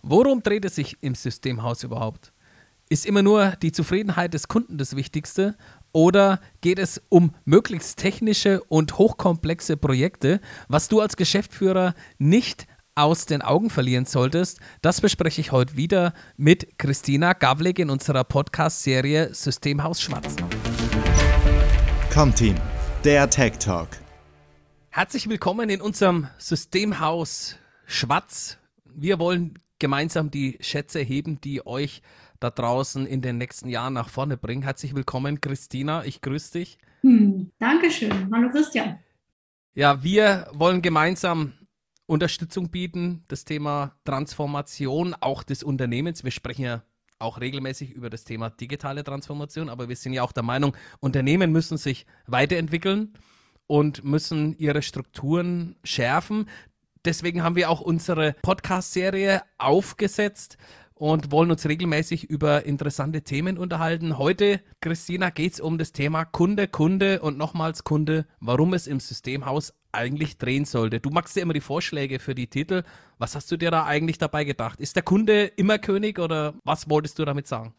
Worum dreht es sich im Systemhaus überhaupt? Ist immer nur die Zufriedenheit des Kunden das Wichtigste oder geht es um möglichst technische und hochkomplexe Projekte, was du als Geschäftsführer nicht aus den Augen verlieren solltest? Das bespreche ich heute wieder mit Christina Gawlik in unserer Podcast-Serie Systemhaus Schwarz. Comteam, der Tech Talk. Herzlich willkommen in unserem Systemhaus Schwarz. Wir wollen gemeinsam die Schätze heben, die euch da draußen in den nächsten Jahren nach vorne bringen. Herzlich willkommen, Christina. Ich grüße dich. Dankeschön. Hallo, Christian. Ja, wir wollen gemeinsam Unterstützung bieten, das Thema Transformation auch des Unternehmens. Wir sprechen ja auch regelmäßig über das Thema digitale Transformation, aber wir sind ja auch der Meinung, Unternehmen müssen sich weiterentwickeln und müssen ihre Strukturen schärfen. Deswegen haben wir auch unsere Podcast-Serie aufgesetzt und wollen uns regelmäßig über interessante Themen unterhalten. Heute, Christina, geht es um das Thema Kunde und nochmals Kunde, warum es im Systemhaus eigentlich drehen sollte. Du machst ja immer die Vorschläge für die Titel. Was hast du dir da eigentlich dabei gedacht? Ist der Kunde immer König oder was wolltest du damit sagen?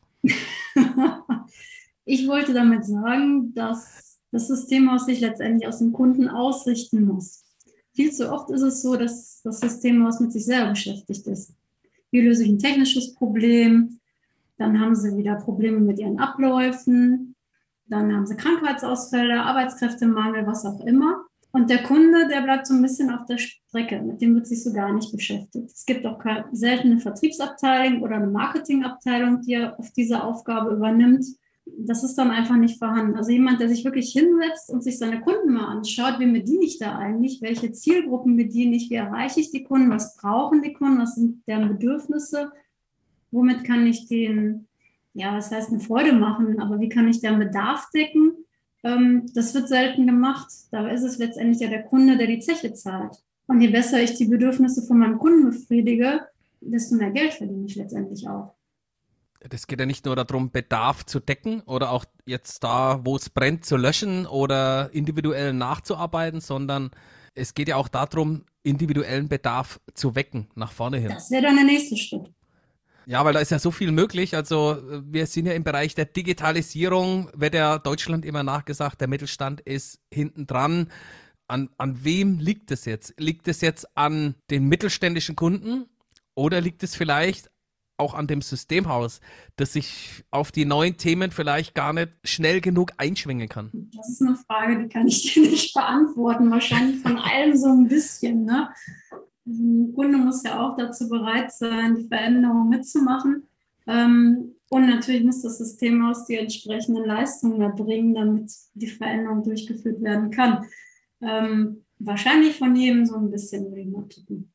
Ich wollte damit sagen, dass das Systemhaus sich letztendlich aus dem Kunden ausrichten muss. Viel zu oft ist es so, dass das Systemhaus mit sich selber beschäftigt ist. Wie löse ich ein technisches Problem? Dann haben sie wieder Probleme mit ihren Abläufen. Dann haben sie Krankheitsausfälle, Arbeitskräftemangel, was auch immer. Und der Kunde, der bleibt so ein bisschen auf der Strecke. Mit dem wird sich so gar nicht beschäftigt. Es gibt auch selten eine Vertriebsabteilung oder eine Marketingabteilung, die auf diese Aufgabe übernimmt. Das ist dann einfach nicht vorhanden. Also jemand, der sich wirklich hinsetzt und sich seine Kunden mal anschaut, wen bediene ich da eigentlich, welche Zielgruppen bediene ich, wie erreiche ich die Kunden, was brauchen die Kunden, was sind deren Bedürfnisse, womit kann ich denen, was heißt eine Freude machen, aber wie kann ich deren Bedarf decken? Das wird selten gemacht. Da ist es letztendlich ja der Kunde, der die Zeche zahlt. Und je besser ich die Bedürfnisse von meinem Kunden befriedige, desto mehr Geld verdiene ich letztendlich auch. Das geht ja nicht nur darum, Bedarf zu decken oder auch jetzt da, wo es brennt, zu löschen oder individuell nachzuarbeiten, sondern es geht ja auch darum, individuellen Bedarf zu wecken, nach vorne hin. Das wäre dann der nächste Schritt. Ja, weil da ist ja so viel möglich. Also wir sind ja im Bereich der Digitalisierung, wird ja Deutschland immer nachgesagt, der Mittelstand ist hinten dran. An wem liegt es jetzt? Liegt es jetzt an den mittelständischen Kunden oder liegt es vielleicht auch an dem Systemhaus, das sich auf die neuen Themen vielleicht gar nicht schnell genug einschwingen kann? Das ist eine Frage, die kann ich dir nicht beantworten. Wahrscheinlich von allem so ein bisschen, ne? Ein Kunde muss ja auch dazu bereit sein, die Veränderung mitzumachen. Und natürlich muss das Systemhaus die entsprechenden Leistungen erbringen, damit die Veränderung durchgeführt werden kann. Wahrscheinlich von jedem so ein bisschen, würde ich mal tippen.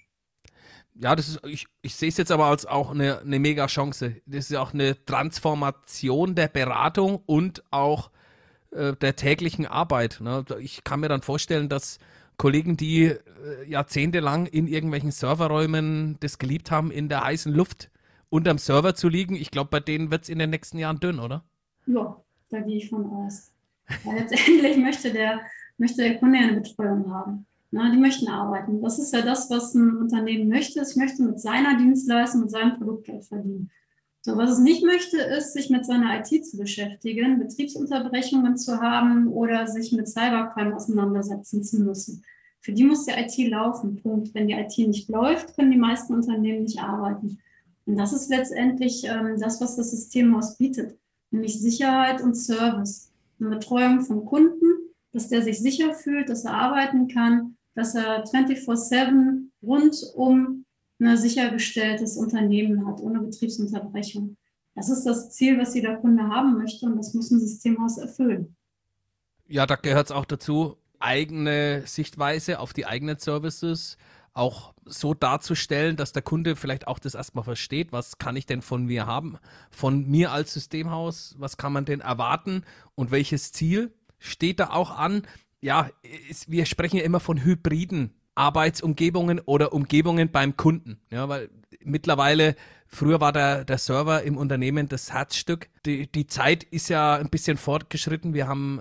Ja, das ist, ich sehe es jetzt aber als auch eine mega Chance. Das ist ja auch eine Transformation der Beratung und auch der täglichen Arbeit. Ne? Ich kann mir dann vorstellen, dass Kollegen, die jahrzehntelang in irgendwelchen Serverräumen das geliebt haben, in der heißen Luft unterm Server zu liegen, ich glaube, bei denen wird es in den nächsten Jahren dünn, oder? Ja, da gehe ich von aus. Weil letztendlich möchte der Kunde ja eine Betreuung haben. Na, die möchten arbeiten. Das ist ja das, was ein Unternehmen möchte. Es möchte mit seiner Dienstleistung, mit seinem Produkt Geld verdienen. So, was es nicht möchte, ist, sich mit seiner IT zu beschäftigen, Betriebsunterbrechungen zu haben oder sich mit Cybercrime auseinandersetzen zu müssen. Für die muss die IT laufen, Punkt. Wenn die IT nicht läuft, können die meisten Unternehmen nicht arbeiten. Und das ist letztendlich das, was das Systemhaus bietet, nämlich Sicherheit und Service. Eine Betreuung von Kunden, dass der sich sicher fühlt, dass er arbeiten kann, dass er 24/7 rundum ein sichergestelltes Unternehmen hat, ohne Betriebsunterbrechung. Das ist das Ziel, was jeder Kunde haben möchte und das muss ein Systemhaus erfüllen. Ja, da gehört es auch dazu, eigene Sichtweise auf die eigenen Services auch so darzustellen, dass der Kunde vielleicht auch das erstmal versteht, was kann ich denn von mir haben, von mir als Systemhaus, was kann man denn erwarten und welches Ziel steht da auch an. Ja, wir sprechen ja immer von hybriden Arbeitsumgebungen oder Umgebungen beim Kunden. Ja, weil mittlerweile, früher war der Server im Unternehmen das Herzstück. Die Zeit ist ja ein bisschen fortgeschritten. Wir haben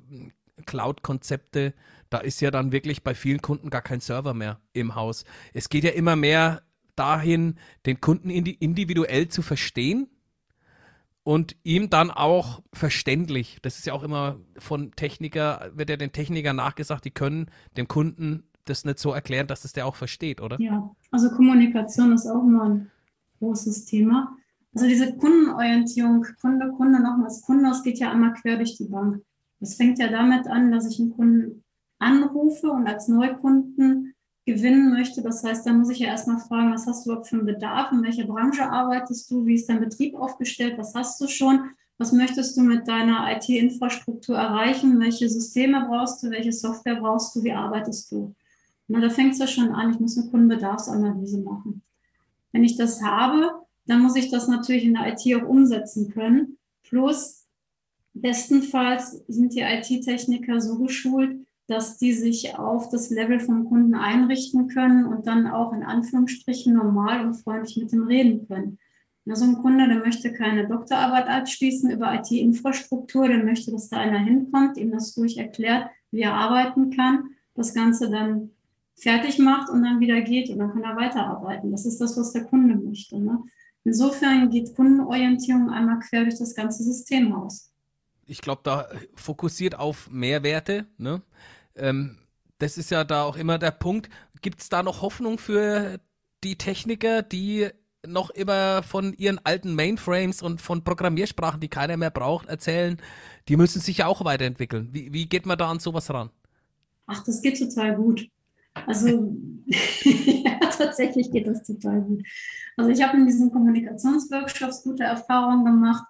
Cloud-Konzepte. Da ist ja dann wirklich bei vielen Kunden gar kein Server mehr im Haus. Es geht ja immer mehr dahin, den Kunden individuell zu verstehen und ihm dann auch verständlich. Das ist ja auch immer wird ja den Technikern nachgesagt, die können dem Kunden das nicht so erklären, dass es der auch versteht, oder? Ja, also Kommunikation ist auch immer ein großes Thema. Also diese Kundenorientierung, Kunde, nochmals Kunde, das geht ja einmal quer durch die Bank. Das fängt ja damit an, dass ich einen Kunden anrufe und als Neukunden gewinnen möchte. Das heißt, da muss ich ja erstmal fragen, was hast du überhaupt für einen Bedarf, in welcher Branche arbeitest du, wie ist dein Betrieb aufgestellt, was hast du schon, was möchtest du mit deiner IT-Infrastruktur erreichen, welche Systeme brauchst du, welche Software brauchst du, wie arbeitest du? Na, da fängt es ja schon an, ich muss eine Kundenbedarfsanalyse machen. Wenn ich das habe, dann muss ich das natürlich in der IT auch umsetzen können. Plus, bestenfalls sind die IT-Techniker so geschult, dass die sich auf das Level vom Kunden einrichten können und dann auch in Anführungsstrichen normal und freundlich mit ihm reden können. Also ein Kunde, der möchte keine Doktorarbeit abschließen über IT-Infrastruktur, der möchte, dass da einer hinkommt, ihm das ruhig erklärt, wie er arbeiten kann, das Ganze dann fertig macht und dann wieder geht und dann kann er weiterarbeiten. Das ist das, was der Kunde möchte. Ne? Insofern geht Kundenorientierung einmal quer durch das ganze System aus. Ich glaube, da fokussiert auf Mehrwerte. Ne? Das ist ja da auch immer der Punkt. Gibt es da noch Hoffnung für die Techniker, die noch immer von ihren alten Mainframes und von Programmiersprachen, die keiner mehr braucht, erzählen? Die müssen sich ja auch weiterentwickeln. Wie geht man da an sowas ran? Ach, das geht total gut. Also ja, tatsächlich geht das total gut. Also ich habe in diesen Kommunikationsworkshops gute Erfahrungen gemacht.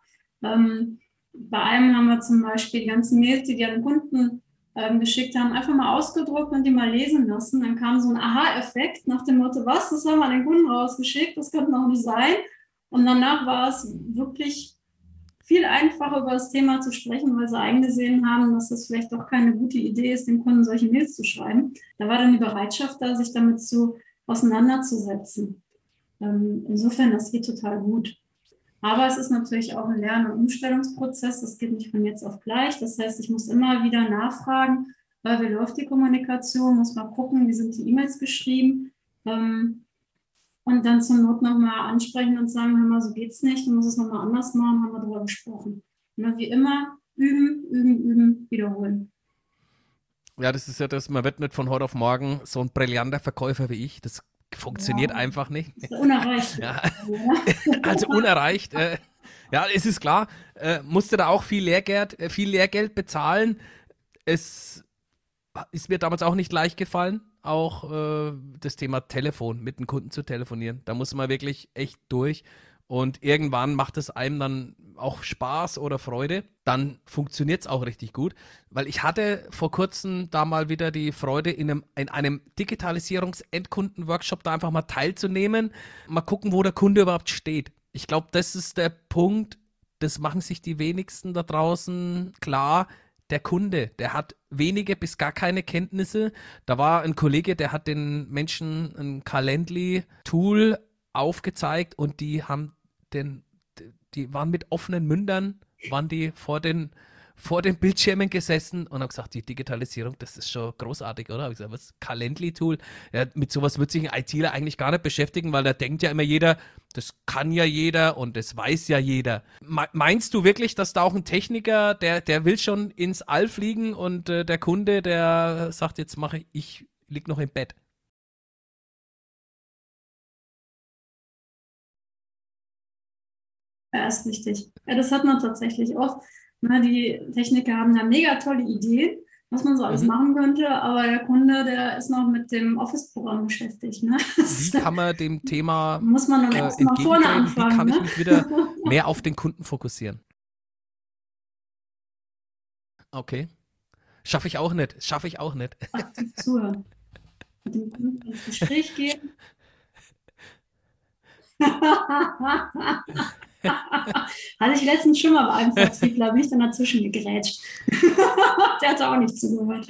Bei einem haben wir zum Beispiel die ganzen Mails, die an den Kunden geschickt haben, einfach mal ausgedruckt und die mal lesen lassen. Dann kam so ein Aha-Effekt nach dem Motto, was, das haben wir an den Kunden rausgeschickt, das könnte noch nicht sein. Und danach war es wirklich viel einfacher, über das Thema zu sprechen, weil sie eingesehen haben, dass es vielleicht doch keine gute Idee ist, den Kunden solche Mails zu schreiben. Da war dann die Bereitschaft da, sich damit auseinanderzusetzen. Insofern, das geht total gut. Aber es ist natürlich auch ein Lern- und Umstellungsprozess. Das geht nicht von jetzt auf gleich. Das heißt, ich muss immer wieder nachfragen, wie läuft die Kommunikation, muss mal gucken, wie sind die E-Mails geschrieben. Und dann zur Not nochmal ansprechen und sagen, hör mal, so geht's nicht, du musst es nochmal anders machen, haben wir darüber gesprochen. Und wie immer, üben, wiederholen. Ja, das ist ja das, man wird nicht von heute auf morgen so ein brillanter Verkäufer wie ich. Das funktioniert einfach nicht. Das ist unerreicht. Ja. Also unerreicht. Ja, es ist klar, musste da auch viel Lehrgeld bezahlen. Es ist mir damals auch nicht leicht gefallen, auch das Thema Telefon, mit dem Kunden zu telefonieren. Da muss man wirklich echt durch. Und irgendwann macht es einem dann auch Spaß oder Freude. Dann funktioniert es auch richtig gut. Weil ich hatte vor kurzem da mal wieder die Freude, in einem Digitalisierungs-Endkunden-Workshop da einfach mal teilzunehmen. Mal gucken, wo der Kunde überhaupt steht. Ich glaube, das ist der Punkt, das machen sich die wenigsten da draußen klar. Der Kunde, der hat wenige bis gar keine Kenntnisse. Da war ein Kollege, der hat den Menschen ein Calendly-Tool aufgezeigt und die waren mit offenen Mündern, waren die vor den Bildschirmen gesessen und haben gesagt, die Digitalisierung, das ist schon großartig, oder? Habe ich gesagt, was? Calendly-Tool? Ja, mit sowas wird sich ein ITler eigentlich gar nicht beschäftigen, weil da denkt ja immer jeder, das kann ja jeder und das weiß ja jeder. Meinst du wirklich, dass da auch ein Techniker, der will schon ins All fliegen und der Kunde, der sagt, jetzt ich lieg noch im Bett? Ja, ist richtig. Ja, das hat man tatsächlich oft. Na, die Techniker haben da mega tolle Ideen, was man so alles machen könnte, aber der Kunde, der ist noch mit dem Office-Programm beschäftigt. Ne? Wie kann man dem Thema muss man dann erst mal vorne entgegentreten? anfangen. Wie kann ich Ne? mich wieder mehr auf den Kunden fokussieren? Okay. Schaffe ich auch nicht. Aktiv zuhören. Mit dem Kunden ins Gespräch gehen. Hatte ich letztens schon mal bei einem Vertriebler, bin ich dann dazwischen gegrätscht. Der hatte auch nicht zugehört.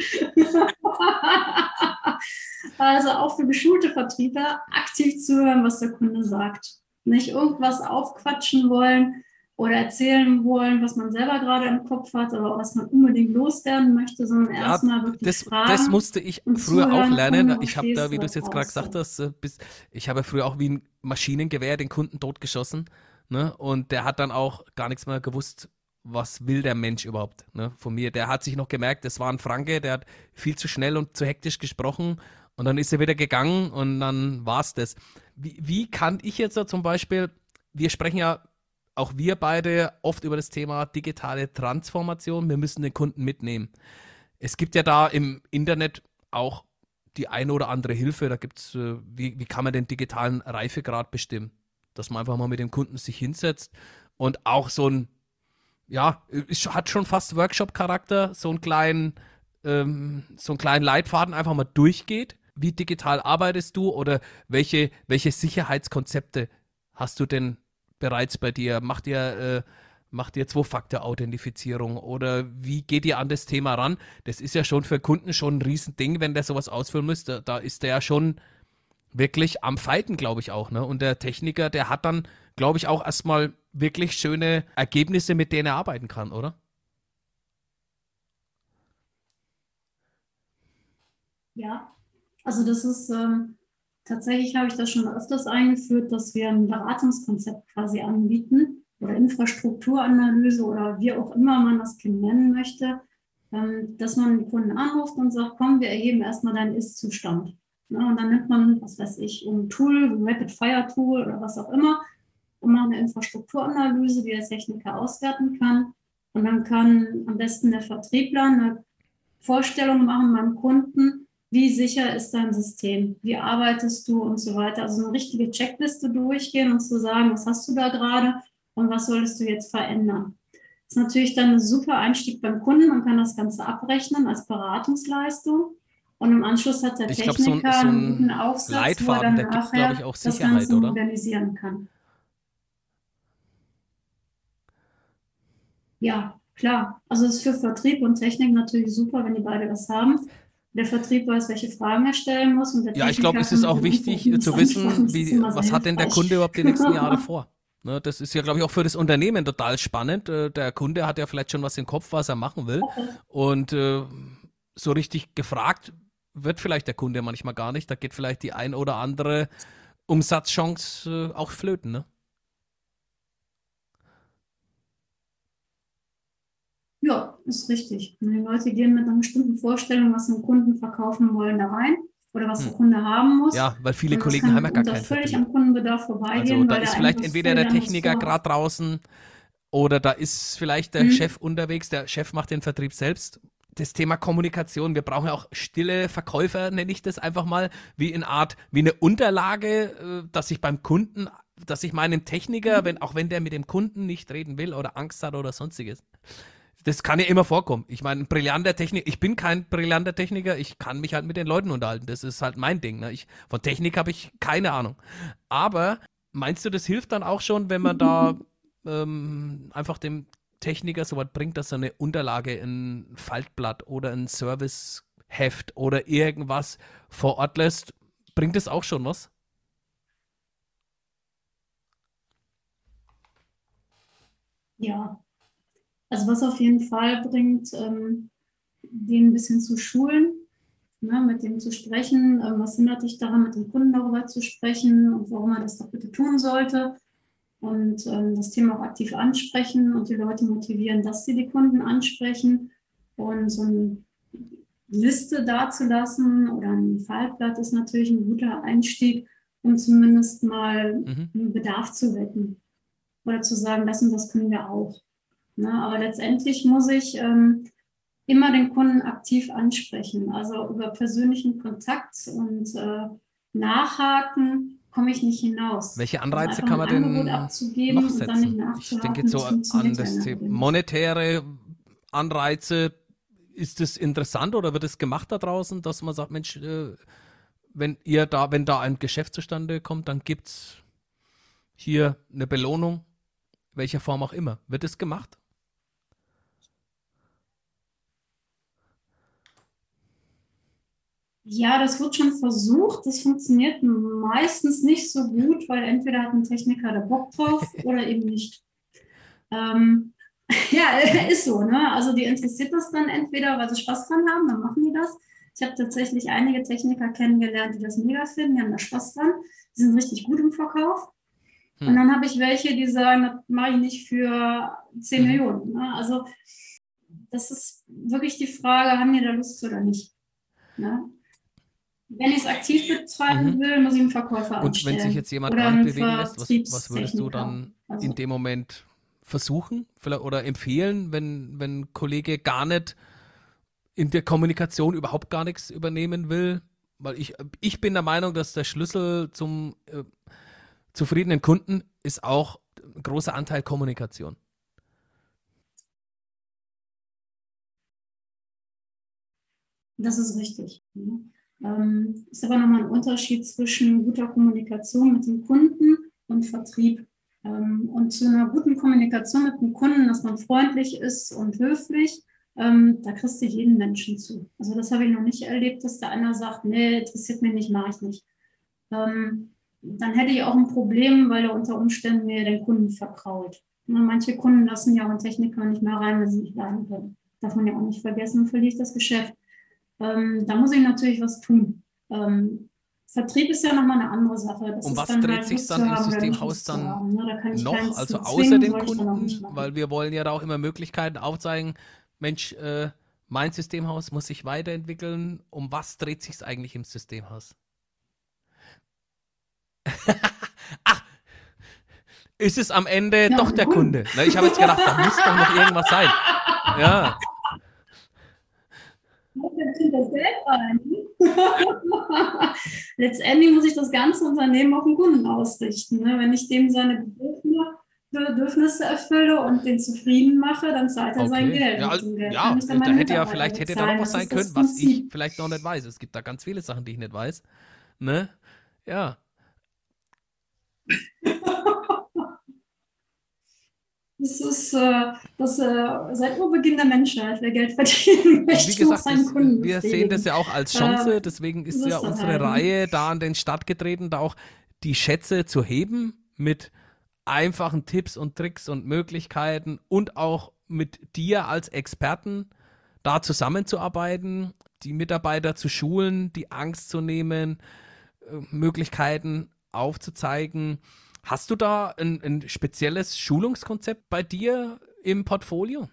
Also auch für geschulte Vertriebler aktiv zuhören, was der Kunde sagt. Nicht irgendwas aufquatschen wollen, oder erzählen wollen, was man selber gerade im Kopf hat oder was man unbedingt loswerden möchte, sondern Ja, erstmal wirklich das fragen musste ich und früher auch zuhören, lernen. Kunde, wo Ich habe da, stehst wie du, du es was jetzt gerade brauchst gesagt du? hast, ich habe früher auch wie ein Maschinengewehr den Kunden totgeschossen. Ne? Und der hat dann auch gar nichts mehr gewusst, was will der Mensch überhaupt, ne, von mir. Der hat sich noch gemerkt, das war ein Franke, der hat viel zu schnell und zu hektisch gesprochen und dann ist er wieder gegangen und dann war es das. Wie kann ich jetzt da zum Beispiel, wir sprechen ja auch wir beide oft über das Thema digitale Transformation, wir müssen den Kunden mitnehmen. Es gibt ja da im Internet auch die eine oder andere Hilfe. Da gibt es, wie kann man den digitalen Reifegrad bestimmen? Dass man einfach mal mit dem Kunden sich hinsetzt und auch so ein, ja, hat schon fast Workshop-Charakter, so einen kleinen Leitfaden einfach mal durchgeht. Wie digital arbeitest du oder welche Sicherheitskonzepte hast du denn bereits bei dir? Macht ihr Zwei-Faktor-Authentifizierung oder wie geht ihr an das Thema ran? Das ist ja schon für Kunden schon ein Riesending, wenn der sowas ausfüllen muss. Da ist der ja schon wirklich am Fighten, glaube ich auch. Ne? Und der Techniker, der hat dann, glaube ich, auch erstmal wirklich schöne Ergebnisse, mit denen er arbeiten kann, oder? Ja, also das ist tatsächlich habe ich das schon öfters eingeführt, dass wir ein Beratungskonzept quasi anbieten oder Infrastrukturanalyse oder wie auch immer man das nennen möchte, dass man den Kunden anruft und sagt, komm, wir erheben erstmal deinen Ist-Zustand. Ne, und dann nimmt man, was weiß ich, ein Tool, ein Rapid Fire Tool oder was auch immer und macht eine Infrastrukturanalyse, die der Techniker auswerten kann. Und dann kann am besten der Vertriebler eine Vorstellung machen beim Kunden, wie sicher ist dein System, wie arbeitest du und so weiter. Also eine richtige Checkliste durchgehen und zu sagen, was hast du da gerade und was solltest du jetzt verändern. Das ist natürlich dann ein super Einstieg beim Kunden. Man kann das Ganze abrechnen als Beratungsleistung. Und im Anschluss hat der Ich glaube, Techniker so einen guten ein Aufsatz, wo er Leitfaden, dann der gibt, glaube nachher ich, auch das Sicherheit, Ganze oder? modernisieren kann. Ja, klar. Also es ist für Vertrieb und Technik natürlich super, wenn die beide das haben. Der Vertrieb weiß, welche Fragen er stellen muss und der Ja, ich glaube, Techniker es kann ist mit auch den wichtig Antworten das zu antworten. wissen, Das ist immer sehr was hat denn der Kunde hilfreich. überhaupt die nächsten Jahre vor? Ne, das ist ja, glaube ich, auch für das Unternehmen total spannend. Der Kunde hat ja vielleicht schon was im Kopf, was er machen will. Und so richtig gefragt wird vielleicht der Kunde manchmal gar nicht. Da geht vielleicht die ein oder andere Umsatzchance auch flöten. Ne? Ja, ist richtig. Und die Leute gehen mit einer bestimmten Vorstellung, was sie dem Kunden verkaufen wollen, da rein oder was Hm. der Kunde haben muss. Ja, weil viele Und das Kollegen kann haben ja gar mitunter keinen völlig Vertrieb. am Kundenbedarf Also vorbeigehen, da weil der ist eigentlich vielleicht was entweder völlig der anderes Techniker gerade vorhat. draußen oder da ist vielleicht der Hm. Chef unterwegs, der Chef macht den Vertrieb selbst. Das Thema Kommunikation, wir brauchen ja auch stille Verkäufer, nenne ich das einfach mal, wie eine Unterlage, dass ich beim Kunden, dass ich meinem Techniker, auch wenn der mit dem Kunden nicht reden will oder Angst hat oder sonstiges. Das kann ja immer vorkommen. Ich meine, ich bin kein brillanter Techniker, ich kann mich halt mit den Leuten unterhalten. Das ist halt mein Ding. Ne? Von Technik habe ich keine Ahnung. Aber meinst du, das hilft dann auch schon, wenn man da einfach dem Techniker so was bringt, dass er eine Unterlage, ein Faltblatt oder ein Serviceheft oder irgendwas vor Ort lässt? Bringt das auch schon was? Ja, also was auf jeden Fall bringt, den ein bisschen zu schulen, ne, mit dem zu sprechen, was hindert dich daran, mit dem Kunden darüber zu sprechen und warum er das doch bitte tun sollte. Und das Thema auch aktiv ansprechen und die Leute motivieren, dass sie die Kunden ansprechen. Und so eine Liste dazulassen oder ein Fallblatt ist natürlich ein guter Einstieg, um zumindest mal Mhm. einen Bedarf zu wecken oder zu sagen, das und das können wir auch. Ne? Aber letztendlich muss ich immer den Kunden aktiv ansprechen, also über persönlichen Kontakt und Nachhaken komme ich nicht hinaus. Welche Also Anreize einfach kann ein man Angebot denn noch abzugeben und dann nicht setzen? Ich denke nachzuhaken, jetzt das so an funktioniert ja in das der Thema Regel nicht. monetäre Anreize. Ist es interessant oder wird es gemacht da draußen, dass man sagt, Mensch, wenn da ein Geschäft zustande kommt, dann gibt es hier eine Belohnung, welcher Form auch immer. Wird es gemacht? Ja, das wird schon versucht. Das funktioniert meistens nicht so gut, weil entweder hat ein Techniker da Bock drauf oder eben nicht. Ja, ist so, ne? Also die interessiert das dann entweder, weil sie Spaß dran haben, dann machen die das. Ich habe tatsächlich einige Techniker kennengelernt, die das mega finden, die haben da Spaß dran, die sind richtig gut im Verkauf. Und dann habe ich welche, die sagen, das mache ich nicht für 10 Millionen. Ne? Also das ist wirklich die Frage, haben die da Lust oder nicht? Ne? Wenn ich es aktiv betreiben will, muss ich einen Verkäufer Und wenn sich anstellen jetzt jemand oder gar nicht einen bewegen lässt, was würdest du Vertriebstechniker. dann in Also dem Moment versuchen oder empfehlen, wenn ein Kollege gar nicht in der Kommunikation überhaupt gar nichts übernehmen will? Weil ich bin der Meinung, dass der Schlüssel zum zufriedenen Kunden ist auch ein großer Anteil Kommunikation. das ist richtig. Ne? Ist aber nochmal ein Unterschied zwischen guter Kommunikation mit dem Kunden und Vertrieb. Und zu einer guten Kommunikation mit dem Kunden, dass man freundlich ist und höflich, da kriegst du jeden Menschen zu. Also das habe ich noch nicht erlebt, dass da einer sagt, nee, interessiert mich nicht, mache ich nicht. Dann hätte ich auch ein Problem, weil er unter Umständen mir den Kunden verkrault. Manche Kunden lassen ja auch einen Techniker nicht mehr rein, wenn sie nicht leiden können. Darf man ja auch nicht vergessen, verliert das Geschäft. Da muss ich natürlich was tun. Vertrieb ist ja nochmal eine andere Sache. Das Um ist was dann dreht halt sich Lust dann zu im haben oder nicht Systemhaus Lust zu dann haben. Ne? Da kann ich noch, keinen also zu außer zwingen, den soll ich dann auch nicht Kunden, machen. weil wir wollen ja da auch immer Möglichkeiten aufzeigen, Mensch, mein Systemhaus muss sich weiterentwickeln. Um was dreht sich es eigentlich im Systemhaus? Ach, ist es am Ende Ja, doch und den der Kunden. Kunde? Ne, ich habe jetzt gedacht, da muss doch noch irgendwas sein. Ja, Dann kommt das Geld rein. Letztendlich muss ich das ganze Unternehmen auf den Kunden ausrichten. Ne? Wenn ich dem seine Bedürfnisse erfülle und den zufrieden mache, dann zahlt er sein okay. Geld. Ja, Und mit dem Geld kann ja, ich dann da meine hätte ja Mitarbeiter vielleicht hätte da noch bezahlen. was Das sein ist das können, was ich Prinzip. vielleicht noch nicht weiß. Es gibt da ganz viele Sachen, die ich nicht weiß. Ne? Ja. Das ist seit Urbeginn der Menschheit. Wer Geld verdienen Wie möchte, muss gesagt, seinen Kunden wir sehen das befriedigen. ja auch als Äh, Chance, deswegen ist so ja ist das unsere halt. Ne? Reihe da an den Start getreten, da auch die Schätze zu heben mit einfachen Tipps und Tricks und Möglichkeiten und auch mit dir als Experten da zusammenzuarbeiten, die Mitarbeiter zu schulen, die Angst zu nehmen, Möglichkeiten aufzuzeigen. Hast du da ein spezielles Schulungskonzept bei dir im Portfolio?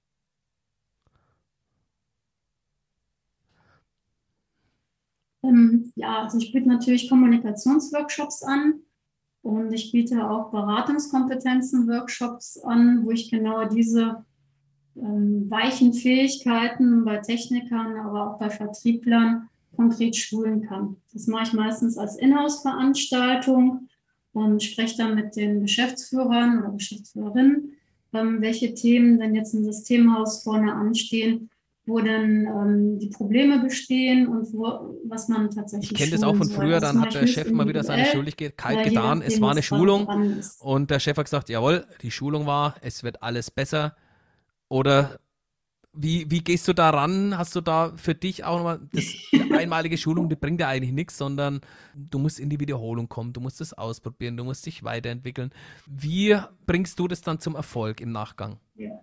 Ja, also ich biete natürlich Kommunikationsworkshops an und ich biete auch Beratungskompetenzen-Workshops an, wo ich genau diese weichen Fähigkeiten bei Technikern, aber auch bei Vertrieblern konkret schulen kann. Das mache ich meistens als Inhouse-Veranstaltung und spreche dann mit den Geschäftsführern oder Geschäftsführerinnen, welche Themen denn jetzt im Systemhaus vorne anstehen, wo denn die Probleme bestehen und was man Ich tatsächlich kenne das auch schulen von soll. früher, Also das dann mache hat ich der höchst Chef mal wieder seine individuell, Schuldigkeit je getan. Es nachdem, war eine was gerade Schulung dran ist. und der Chef hat gesagt, jawohl, die Schulung war, es wird alles besser. Oder wie gehst du da ran? Hast du da für dich auch nochmal, eine einmalige Schulung, die bringt ja eigentlich nichts, sondern du musst in die Wiederholung kommen, du musst es ausprobieren, du musst dich weiterentwickeln. Wie bringst du das dann zum Erfolg im Nachgang? Ja.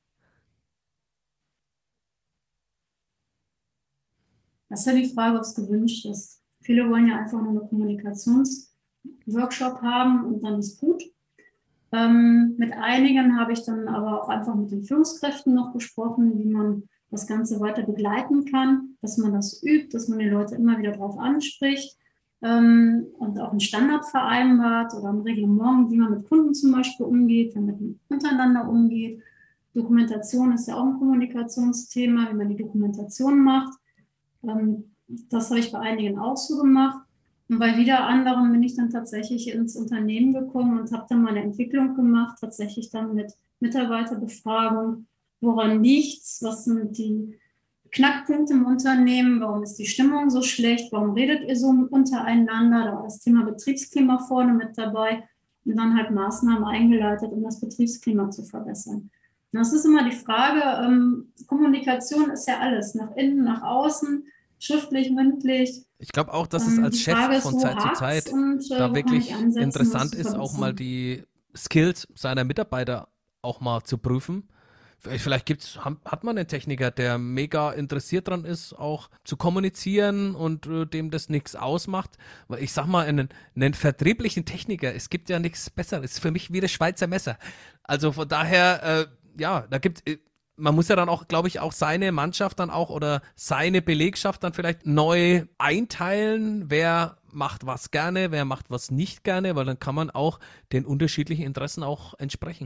Das ist ja die Frage, ob es gewünscht ist. Viele wollen ja einfach nur einen Kommunikationsworkshop haben und dann ist gut. Mit einigen habe ich dann aber auch einfach mit den Führungskräften noch gesprochen, wie man das Ganze weiter begleiten kann, dass man das übt, dass man die Leute immer wieder darauf anspricht und auch einen Standard vereinbart oder ein Reglement, wie man mit Kunden zum Beispiel umgeht, wie man untereinander umgeht. Dokumentation ist ja auch ein Kommunikationsthema, wie man die Dokumentation macht. Das habe ich bei einigen auch so gemacht. Und bei wieder anderen bin ich dann tatsächlich ins Unternehmen gekommen und habe dann meine Entwicklung gemacht, tatsächlich dann mit Mitarbeiterbefragung. Woran liegt's? Was sind die Knackpunkte im Unternehmen? Warum ist die Stimmung so schlecht? Warum redet ihr so untereinander? Da war das Thema Betriebsklima vorne mit dabei und dann halt Maßnahmen eingeleitet, um das Betriebsklima zu verbessern. Und das ist immer die Frage, Kommunikation ist ja alles, nach innen, nach außen, schriftlich, mündlich. Ich glaube auch, dass es als Die Chef Frage ist, von wo Zeit zu hakt's Zeit und da wo kann ich wirklich ansetzen, das interessant zu ist, auch mal verbessern. die Skills seiner Mitarbeiter auch mal zu prüfen. Vielleicht hat man einen Techniker, der mega interessiert dran ist, auch zu kommunizieren und dem das nichts ausmacht. Weil ich sag mal, einen vertrieblichen Techniker, es gibt ja nichts Besseres. Ist für mich wie das Schweizer Messer. Also von daher, ja, man muss ja dann auch, glaube ich, auch seine Mannschaft dann auch oder seine Belegschaft dann vielleicht neu einteilen. Wer macht was gerne, wer macht was nicht gerne, weil dann kann man auch den unterschiedlichen Interessen auch entsprechen.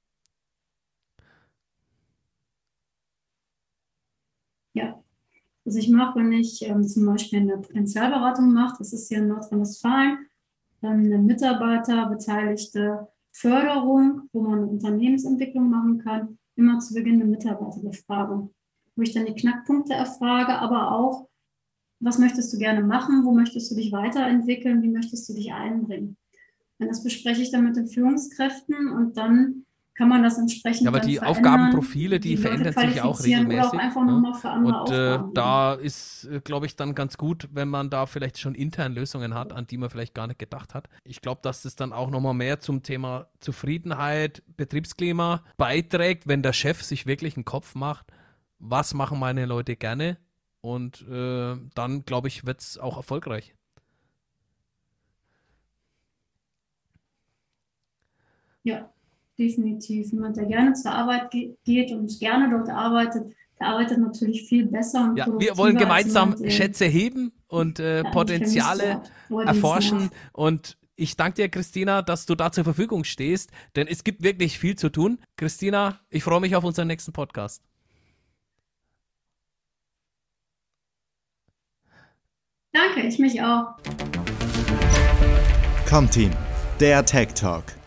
Ja, also ich mache, wenn ich zum Beispiel eine Potenzialberatung mache, das ist hier in Nordrhein-Westfalen, eine mitarbeiterbeteiligte Förderung, wo man eine Unternehmensentwicklung machen kann, immer zu Beginn eine Mitarbeiterbefragung, wo ich dann die Knackpunkte erfrage, aber auch, was möchtest du gerne machen, wo möchtest du dich weiterentwickeln, wie möchtest du dich einbringen. Und das bespreche ich dann mit den Führungskräften und dann kann man das entsprechend ja, aber die Aufgabenprofile, die verändern sich ja auch regelmäßig. Oder auch einfach nochmal für andere Aufgaben. Und da ist, glaube ich, dann ganz gut, wenn man da vielleicht schon intern Lösungen hat, an die man vielleicht gar nicht gedacht hat. Ich glaube, dass das dann auch nochmal mehr zum Thema Zufriedenheit, Betriebsklima beiträgt, wenn der Chef sich wirklich einen Kopf macht, was machen meine Leute gerne, und dann, glaube ich, wird es auch erfolgreich. Ja, definitiv. Jemand, der gerne zur Arbeit geht und gerne dort arbeitet, der arbeitet natürlich viel besser und produktiver. Ja, wir wollen gemeinsam Schätze heben und Potenziale erforschen. Und ich danke dir, Christina, dass du da zur Verfügung stehst, denn es gibt wirklich viel zu tun. Christina, ich freue mich auf unseren nächsten Podcast. Danke, ich mich auch. Comteam, der Tech Talk.